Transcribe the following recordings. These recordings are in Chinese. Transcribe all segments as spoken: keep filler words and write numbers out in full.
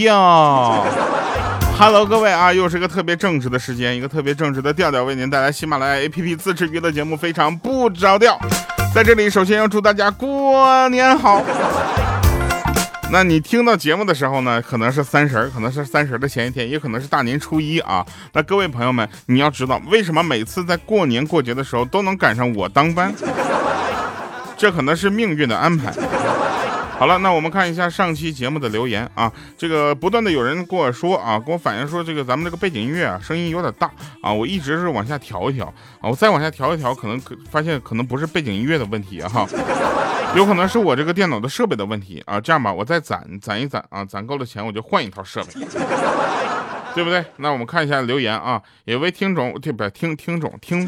调。Hello， 各位啊，又是个特别正直的时间，一个特别正直的调调，为您带来喜马拉雅 A P P 自制娱乐节目，非常不着调。在这里，首先要祝大家过年好。那你听到节目的时候呢，可能是三十，可能是三十的前一天，也可能是大年初一啊。那各位朋友们，你要知道，为什么每次在过年过节的时候都能赶上我当班？这可能是命运的安排。好了，那我们看一下上期节目的留言啊。这个不断的有人跟我说啊，跟我反映说这个咱们这个背景音乐啊声音有点大啊，我一直是往下调一调啊，我再往下调一调，可能发现可能不是背景音乐的问题啊哈，有可能是我这个电脑的设备的问题啊。这样吧，我再攒攒一攒啊，攒够了钱我就换一套设备，对不对？那我们看一下留言啊，有位听众对不对？听听众听。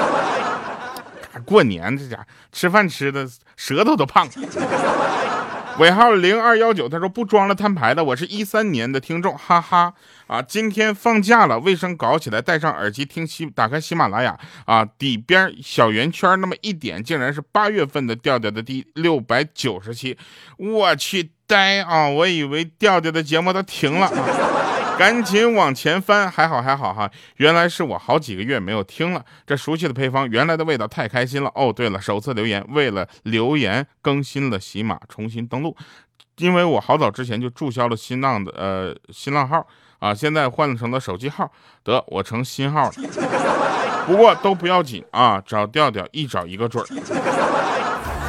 过年这家吃饭吃的舌头都胖。尾号零二一九，他说不装了摊牌了，我是一三年的听众，哈哈啊！今天放假了，卫生搞起来，戴上耳机听喜，打开喜马拉雅啊，底边小圆圈那么一点，竟然是八月份的调调的第六百九十期，我去呆啊！我以为调调的节目都停了啊，赶紧往前翻，还好还好哈，原来是我好几个月没有听了，这熟悉的配方，原来的味道，太开心了哦！对了，首次留言，为了留言更新了喜马，重新登录，因为我好早之前就注销了新浪的呃新浪号啊，现在换成了手机号，得我成新号了，不过都不要紧啊，找调调一找一个准儿。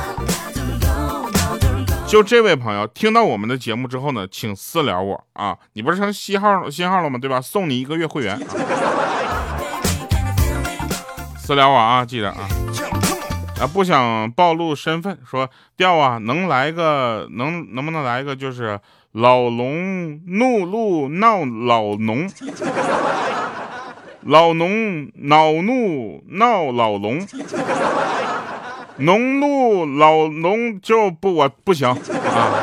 就这位朋友听到我们的节目之后呢，请私聊我啊！你不是成新号新号了吗？对吧？送你一个月会员。啊、私聊我啊，记着啊！啊，不想暴露身份，说调啊，能来个能能不能来一个就是老龙怒路闹老农，老农恼怒闹老龙。农怒老农就不我不行啊！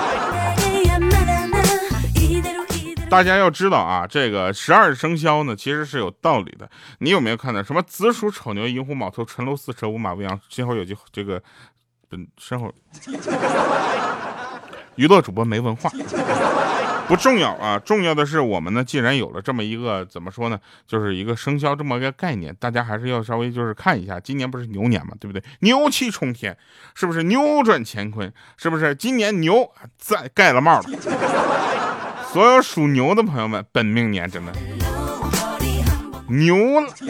大家要知道啊，这个十二生肖呢其实是有道理的。你有没有看到什么子鼠丑牛寅虎卯兔辰龙巳蛇午马未羊今后有机这个本身后娱乐主播没文化。不重要啊，重要的是我们呢，既然有了这么一个怎么说呢，就是一个生肖这么一个概念，大家还是要稍微就是看一下，今年不是牛年嘛，对不对？牛气冲天，是不是扭转乾坤？是不是今年牛再盖了帽了？所有属牛的朋友们，本命年真的牛了。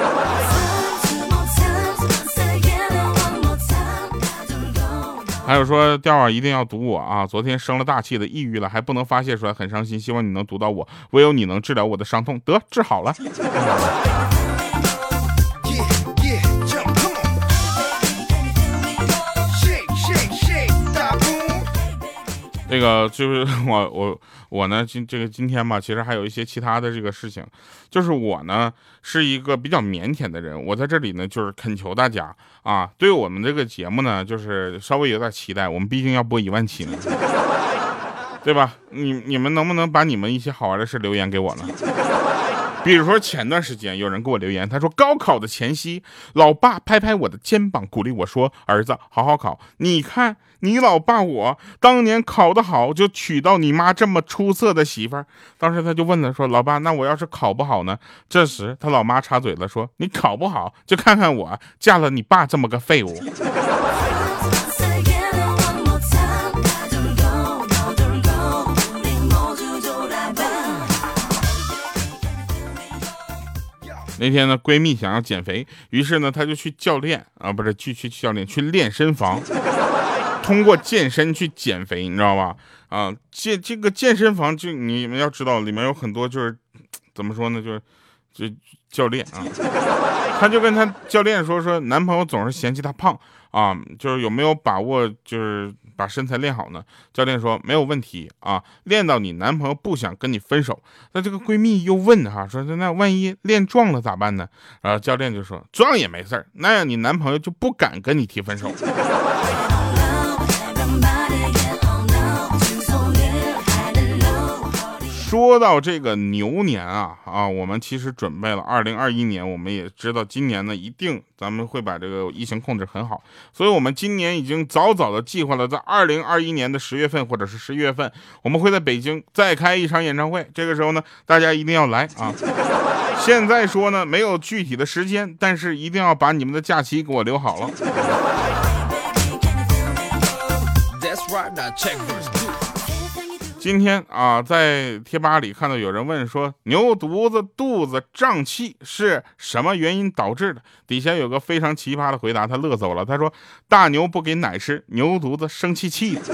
还有说调啊一定要读我啊！昨天生了大气的，抑郁了，还不能发泄出来，很伤心。希望你能读到我，唯有你能治疗我的伤痛。得治好了。这个就是我我我呢今这个今天吧，其实还有一些其他的这个事情，就是我呢是一个比较腼腆的人，我在这里呢就是恳求大家啊，对我们这个节目呢就是稍微有点期待，我们毕竟要播一万期呢，对吧？你你们能不能把你们一些好玩的事留言给我呢？比如说前段时间有人给我留言，他说高考的前夕，老爸拍拍我的肩膀鼓励我说，儿子好好考，你看你老爸我当年考得好就娶到你妈这么出色的媳妇儿。当时他就问了说，老爸那我要是考不好呢？这时他老妈插嘴了说，你考不好就看看我嫁了你爸这么个废物。那天呢，闺蜜想要减肥，于是呢，她就去教练啊，不是去去教练去练身房，通过健身去减肥，你知道吧？啊，这这个健身房就你们要知道，里面有很多就是怎么说呢，就是就教练啊，她就跟她教练说说，男朋友总是嫌弃她胖啊，就是有没有把握就是把身材练好呢？教练说没有问题啊，练到你男朋友不想跟你分手。那这个闺蜜又问哈，说那万一练壮了咋办呢？然后教练就说壮也没事儿，那样你男朋友就不敢跟你提分手。 说到这个牛年啊啊，我们其实准备了二零二一年，我们也知道今年呢一定咱们会把这个疫情控制很好，所以我们今年已经早早的计划了，在二零二一年的十月份或者是十一月份，我们会在北京再开一场演唱会。这个时候呢，大家一定要来啊！现在说呢没有具体的时间，但是一定要把你们的假期给我留好了。今天啊，在贴吧里看到有人问说，牛犊子肚子胀气是什么原因导致的？底下有个非常奇葩的回答，他乐走了。他说，大牛不给奶吃，牛犊子生气气的。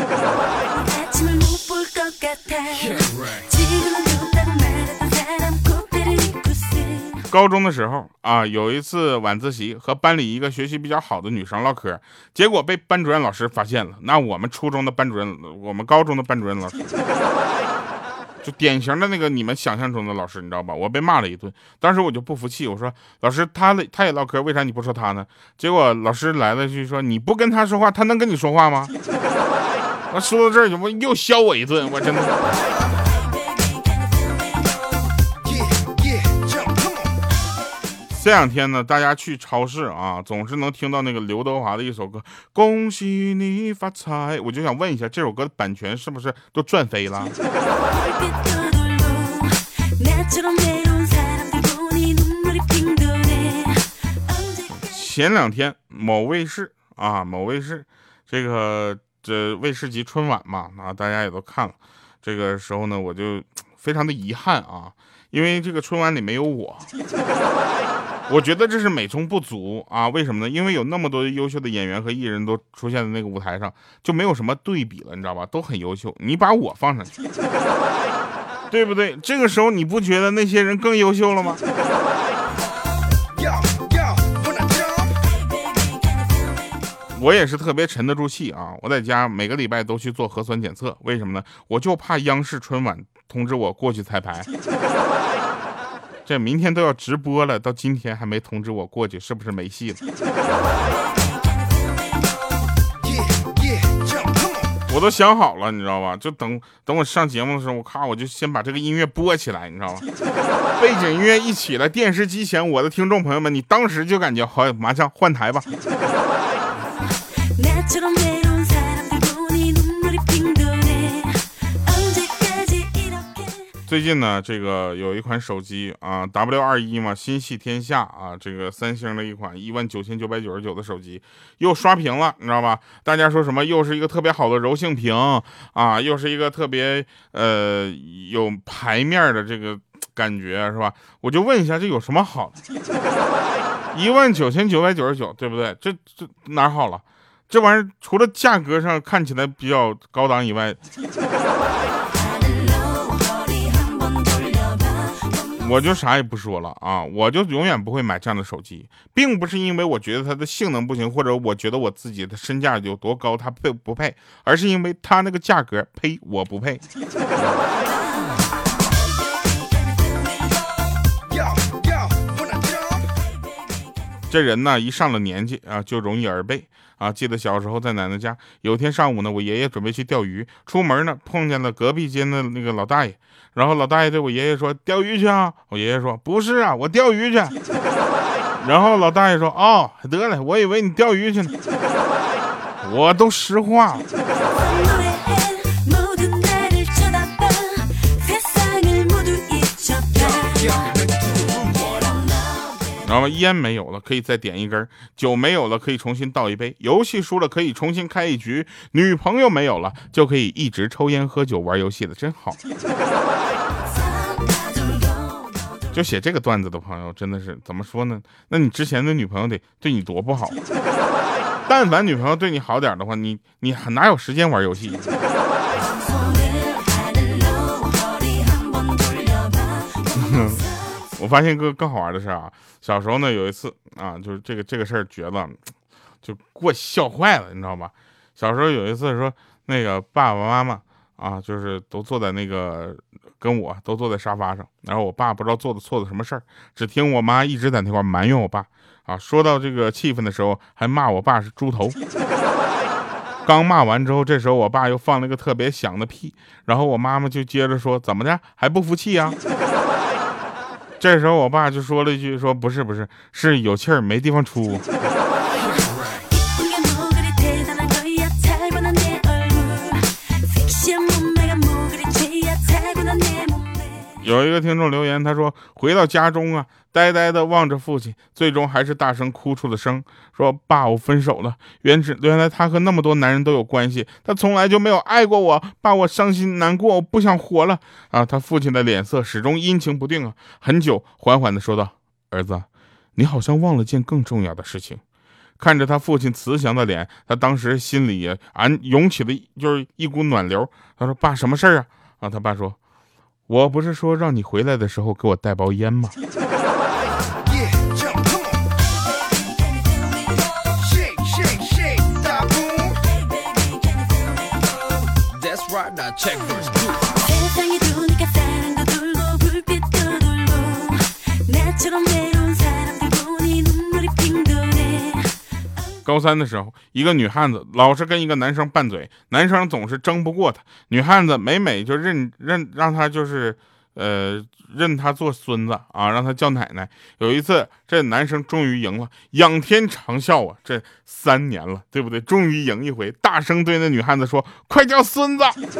高中的时候啊，有一次晚自习和班里一个学习比较好的女生唠嗑，结果被班主任老师发现了。那我们初中的班主任，我们高中的班主任老师，就典型的那个你们想象中的老师，你知道吧？我被骂了一顿，当时我就不服气，我说老师，他他也唠嗑，为啥你不说他呢？结果老师来了句说，你不跟他说话，他能跟你说话吗？我说到这儿，就又削我一顿，我真的。这两天呢，大家去超市啊，总是能听到那个刘德华的一首歌《恭喜你发财》，我就想问一下，这首歌的版权是不是都赚飞了？前两天某卫视啊，某卫视这个这卫视级春晚嘛，啊，大家也都看了。这个时候呢，我就非常的遗憾啊，因为这个春晚里没有我。我觉得这是美中不足啊，为什么呢？因为有那么多优秀的演员和艺人都出现在那个舞台上，就没有什么对比了，你知道吧？都很优秀，你把我放上去，对不对？这个时候你不觉得那些人更优秀了吗？我也是特别沉得住气啊！我在家每个礼拜都去做核酸检测，为什么呢？我就怕央视春晚通知我过去彩排。这明天都要直播了，到今天还没通知我过去，是不是没戏了？我都想好了，你知道吧？就等等我上节目的时候，我咔，我就先把这个音乐播起来，你知道吧？背景音乐一起来，电视机前我的听众朋友们，你当时就感觉好，马上换台吧。最近呢，这个有一款手机啊 ，W 二一嘛，心系天下啊，这个三星的一款一万九千九百九十九的手机又刷屏了，你知道吧？大家说什么？又是一个特别好的柔性屏啊，又是一个特别呃有牌面的这个感觉，是吧？我就问一下，这有什么好的？一万九千九百九十九，对不对？这这哪好了？这玩意儿除了价格上看起来比较高档以外，我就啥也不说了啊！我就永远不会买这样的手机，并不是因为我觉得它的性能不行，或者我觉得我自己的身价有多高，它配不配，而是因为它那个价格，呸，我不配。这人呢，一上了年纪啊，就容易耳背啊。记得小时候在奶奶家，有天上午呢，我爷爷准备去钓鱼，出门呢碰见了隔壁间的那个老大爷，然后老大爷对我爷爷说：“钓鱼去啊！”我爷爷说：“不是啊，我钓鱼去。”然后老大爷说：“哦，得了，我以为你钓鱼去呢。”我都实话了。然后烟没有了，可以再点一根；酒没有了，可以重新倒一杯；游戏输了，可以重新开一局；女朋友没有了，就可以一直抽烟喝酒玩游戏了，真好。就写这个段子的朋友，真的是怎么说呢？那你之前的女朋友得对你多不好？但凡女朋友对你好点的话，你你哪有时间玩游戏？我发现个更好玩的事啊，小时候呢有一次啊，就是这个这个事儿绝了，就给我笑坏了，你知道吧？小时候有一次说，那个爸爸妈妈啊，就是都坐在那个跟我都坐在沙发上，然后我爸不知道做的错的什么事儿，只听我妈一直在那块埋怨我爸啊，说到这个气氛的时候还骂我爸是猪头。 刚骂完之后，这时候我爸又放了一个特别响的屁，然后我妈妈就接着说：“怎么的，还不服气啊？”这时候我爸就说了一句：“说不是不是，是有气儿没地方出。”有一个听众留言，他说回到家中啊，呆呆的望着父亲，最终还是大声哭出了声，说爸，我分手了。原只原来他和那么多男人都有关系，他从来就没有爱过我，爸，我伤心难过，我不想活了啊！他父亲的脸色始终阴晴不定啊，很久缓缓的说道：“儿子，你好像忘了件更重要的事情。”看着他父亲慈祥的脸，他当时心里也俺涌起了就是一股暖流。他说：“爸，什么事儿啊？”啊，他爸说：“我不是说让你回来的时候给我带包烟吗？”高三的时候，一个女汉子老是跟一个男生拌嘴，男生总是争不过她，女汉子每每就认认让他就是呃认他做孙子啊，让他叫奶奶。有一次这男生终于赢了，仰天长啸啊，这三年了，对不对？终于赢一回，大声对那女汉子说：“快叫孙子！”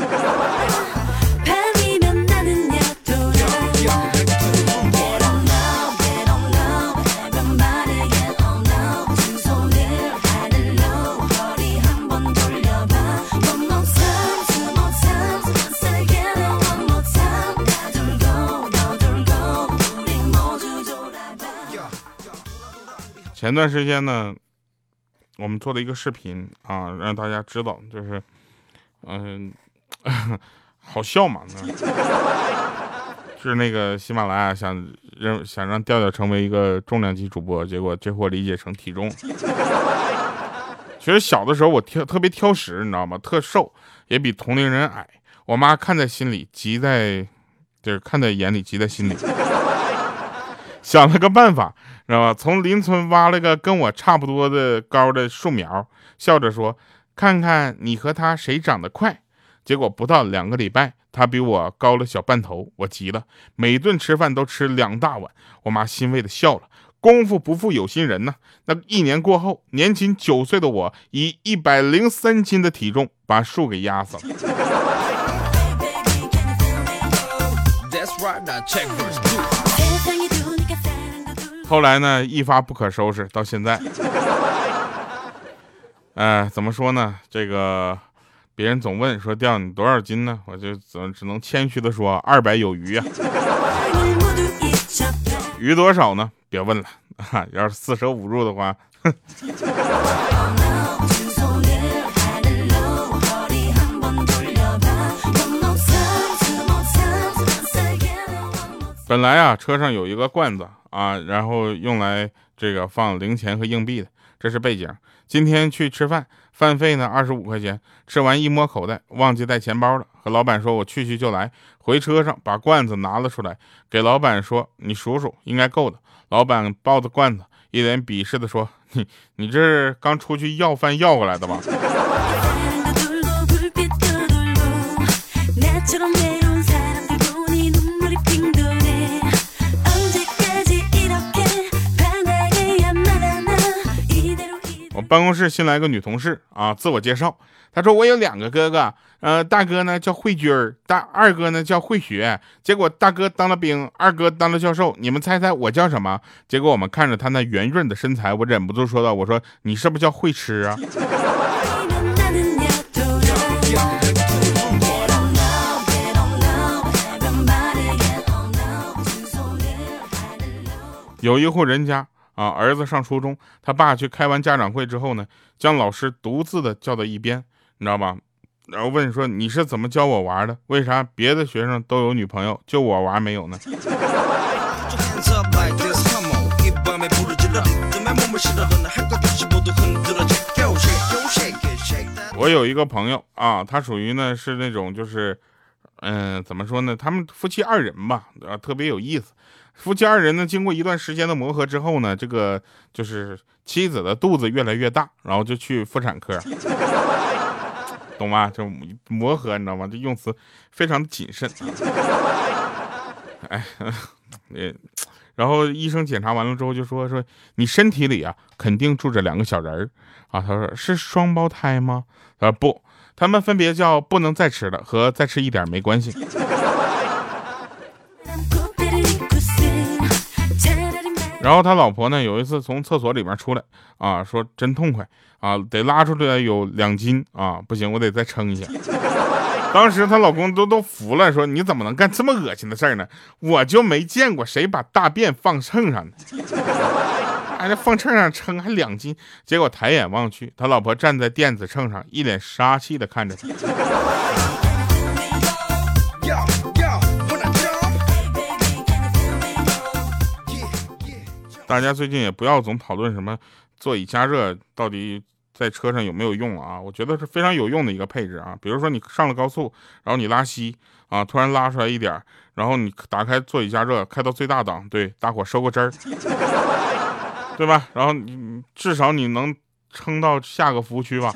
前段时间呢，我们做了一个视频啊，让大家知道，就是，嗯、呃，好笑嘛，就是那个喜马拉雅想让想让调调成为一个重量级主播，结果这货理解成体重。其实小的时候我挑特别挑食，你知道吗？特瘦，也比同龄人矮。我妈看在心里，急在，就是看在眼里，急在心里。想了个办法，知道吧？从邻村挖了个跟我差不多的高的树苗，笑着说：“看看你和他谁长得快。”结果不到两个礼拜，他比我高了小半头，我急了，每顿吃饭都吃两大碗。我妈欣慰的笑了。功夫不负有心人呢，那一年过后，年仅九岁的我以一百零三斤的体重把树给压死了。后来呢，一发不可收拾，到现在，哎、呃，怎么说呢？这个别人总问说掉你多少斤呢？我就只只能谦虚的说二百有余啊。余多少呢？别问了啊！要是四舍五入的话，哼。本来啊，车上有一个罐子啊，然后用来这个放零钱和硬币的，这是背景。今天去吃饭，饭费呢二十五块钱，吃完一摸口袋，忘记带钱包了，和老板说我去去就来。回车上把罐子拿了出来，给老板说你数数，应该够的。老板抱着罐子，一脸鄙视的说：“你你这是刚出去要饭要过来的吧？”我办公室新来个女同事啊，自我介绍，她说我有两个哥哥，呃，大哥呢叫慧君儿，大二哥呢叫慧学，结果大哥当了兵，二哥当了教授，你们猜猜我叫什么？结果我们看着他那圆润的身材，我忍不住说道，我说你是不是叫会吃啊？有一户人家啊，儿子上初中，他爸去开完家长会之后呢，将老师独自的叫到一边，你知道吧？然后问说你是怎么教我玩的？为啥别的学生都有女朋友，就我玩没有呢？我有一个朋友啊，他属于呢是那种就是，嗯、呃，怎么说呢？他们夫妻二人吧，啊，特别有意思。夫妻二人呢，经过一段时间的磨合之后呢，这个就是妻子的肚子越来越大，然后就去妇产科。 懂吗？就磨合，你知道吗？这用词非常的谨慎。哎，呃，然后医生检查完了之后就说说你身体里啊肯定住着两个小人儿啊。他说是双胞胎吗？他说不，他们分别叫不能再吃了和再吃一点没关系。然后他老婆呢有一次从厕所里面出来啊，说真痛快啊，得拉出来有两斤啊，不行我得再称一下。当时她老公都都服了，说你怎么能干这么恶心的事儿呢？我就没见过谁把大便放秤上的，还在放秤上称还两斤。结果抬眼望去，他老婆站在电子秤上，一脸杀气的看着他。大家最近也不要总讨论什么座椅加热到底在车上有没有用啊？我觉得是非常有用的一个配置啊。比如说你上了高速，然后你拉稀啊，突然拉出来一点，然后你打开座椅加热，开到最大档，对，大伙收个针儿，对吧？然后你至少你能撑到下个服务区吧。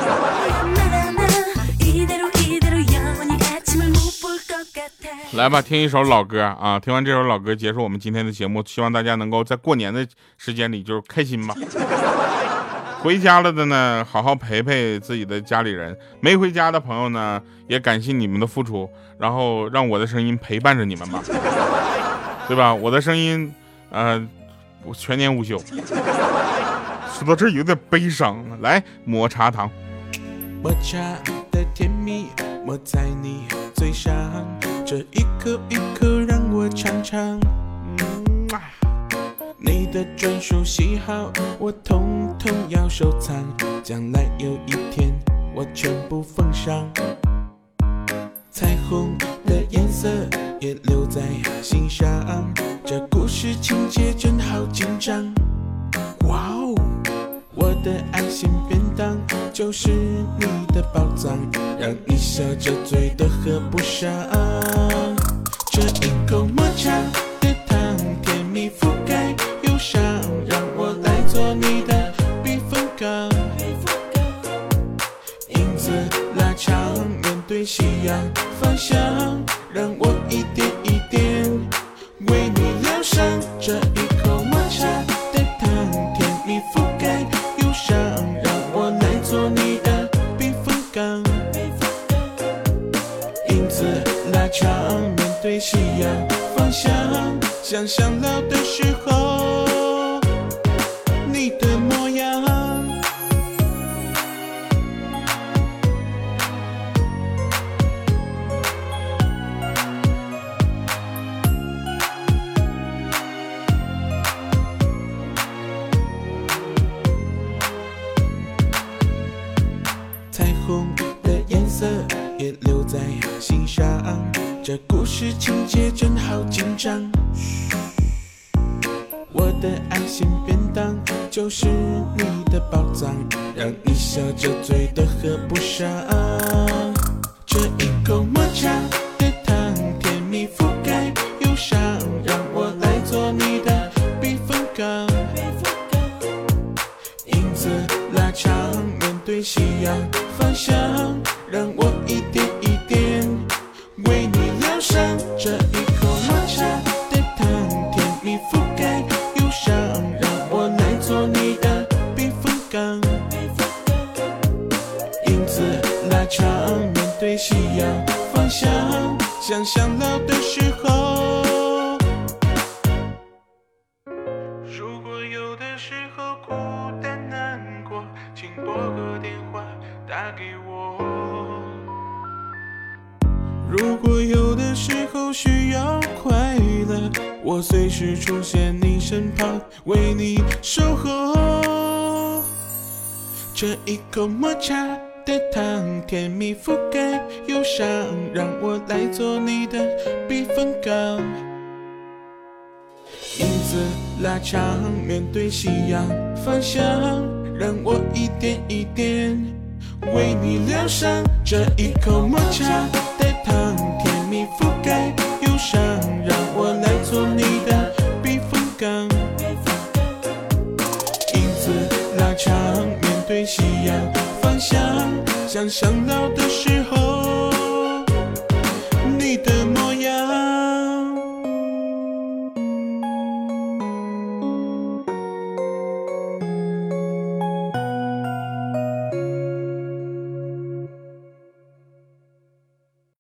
来吧，听一首老歌啊！听完这首老歌，结束我们今天的节目。希望大家能够在过年的时间里就是开心吧。回家了的呢，好好陪陪自己的家里人；没回家的朋友呢，也感谢你们的付出，然后让我的声音陪伴着你们吧，对吧？我的声音，呃，我全年无休。说到这有点悲伤了，来抹茶糖。 抹茶的甜蜜抹在你嘴上，这一口一口让我尝尝，嗯啊，你的专属喜好我统统要收藏，将来有一天我全部奉上。彩虹的颜色也留在心上，这故事情节真好紧张。哇哦，我的爱心便当就是你的宝藏，让你笑着嘴都合不上。这一口抹茶的糖，甜蜜覆盖忧伤，让我来做你的避风港。影子拉长，面对夕阳方向，让我一点一点为你疗伤。这一口抹茶的糖，甜蜜覆盖忧伤，让我来做你的避风港。影子拉长，面对夕阳方向，想想老的时候你的模样。彩虹的颜色也留在心上，这故事情节真好紧张。我的爱心便当就是你的宝藏，让你笑着嘴都合不上。这一口抹茶的糖，甜蜜覆盖忧伤，让我来做你的避风港。影子拉长，面对夕阳方向，让我一点一点为你疗伤。这一口抹茶的糖，甜蜜覆盖忧伤，让我来做你的避风港。影子拉长，面对夕阳方向，想想老的时候。如果有的时候孤单难过，请拨个电话打给我。如果有的时候需要快乐，我随时出现你身旁，为你守候。这一口抹茶的糖，甜蜜覆盖忧伤，让我来做你的避风港。影子拉长，面对夕阳方向，让我一点一点为你疗伤。这一口抹茶的糖，甜蜜覆盖忧伤，让我来做你的避风港。影子拉长，面对夕阳方方向，想想老的时候，你的梦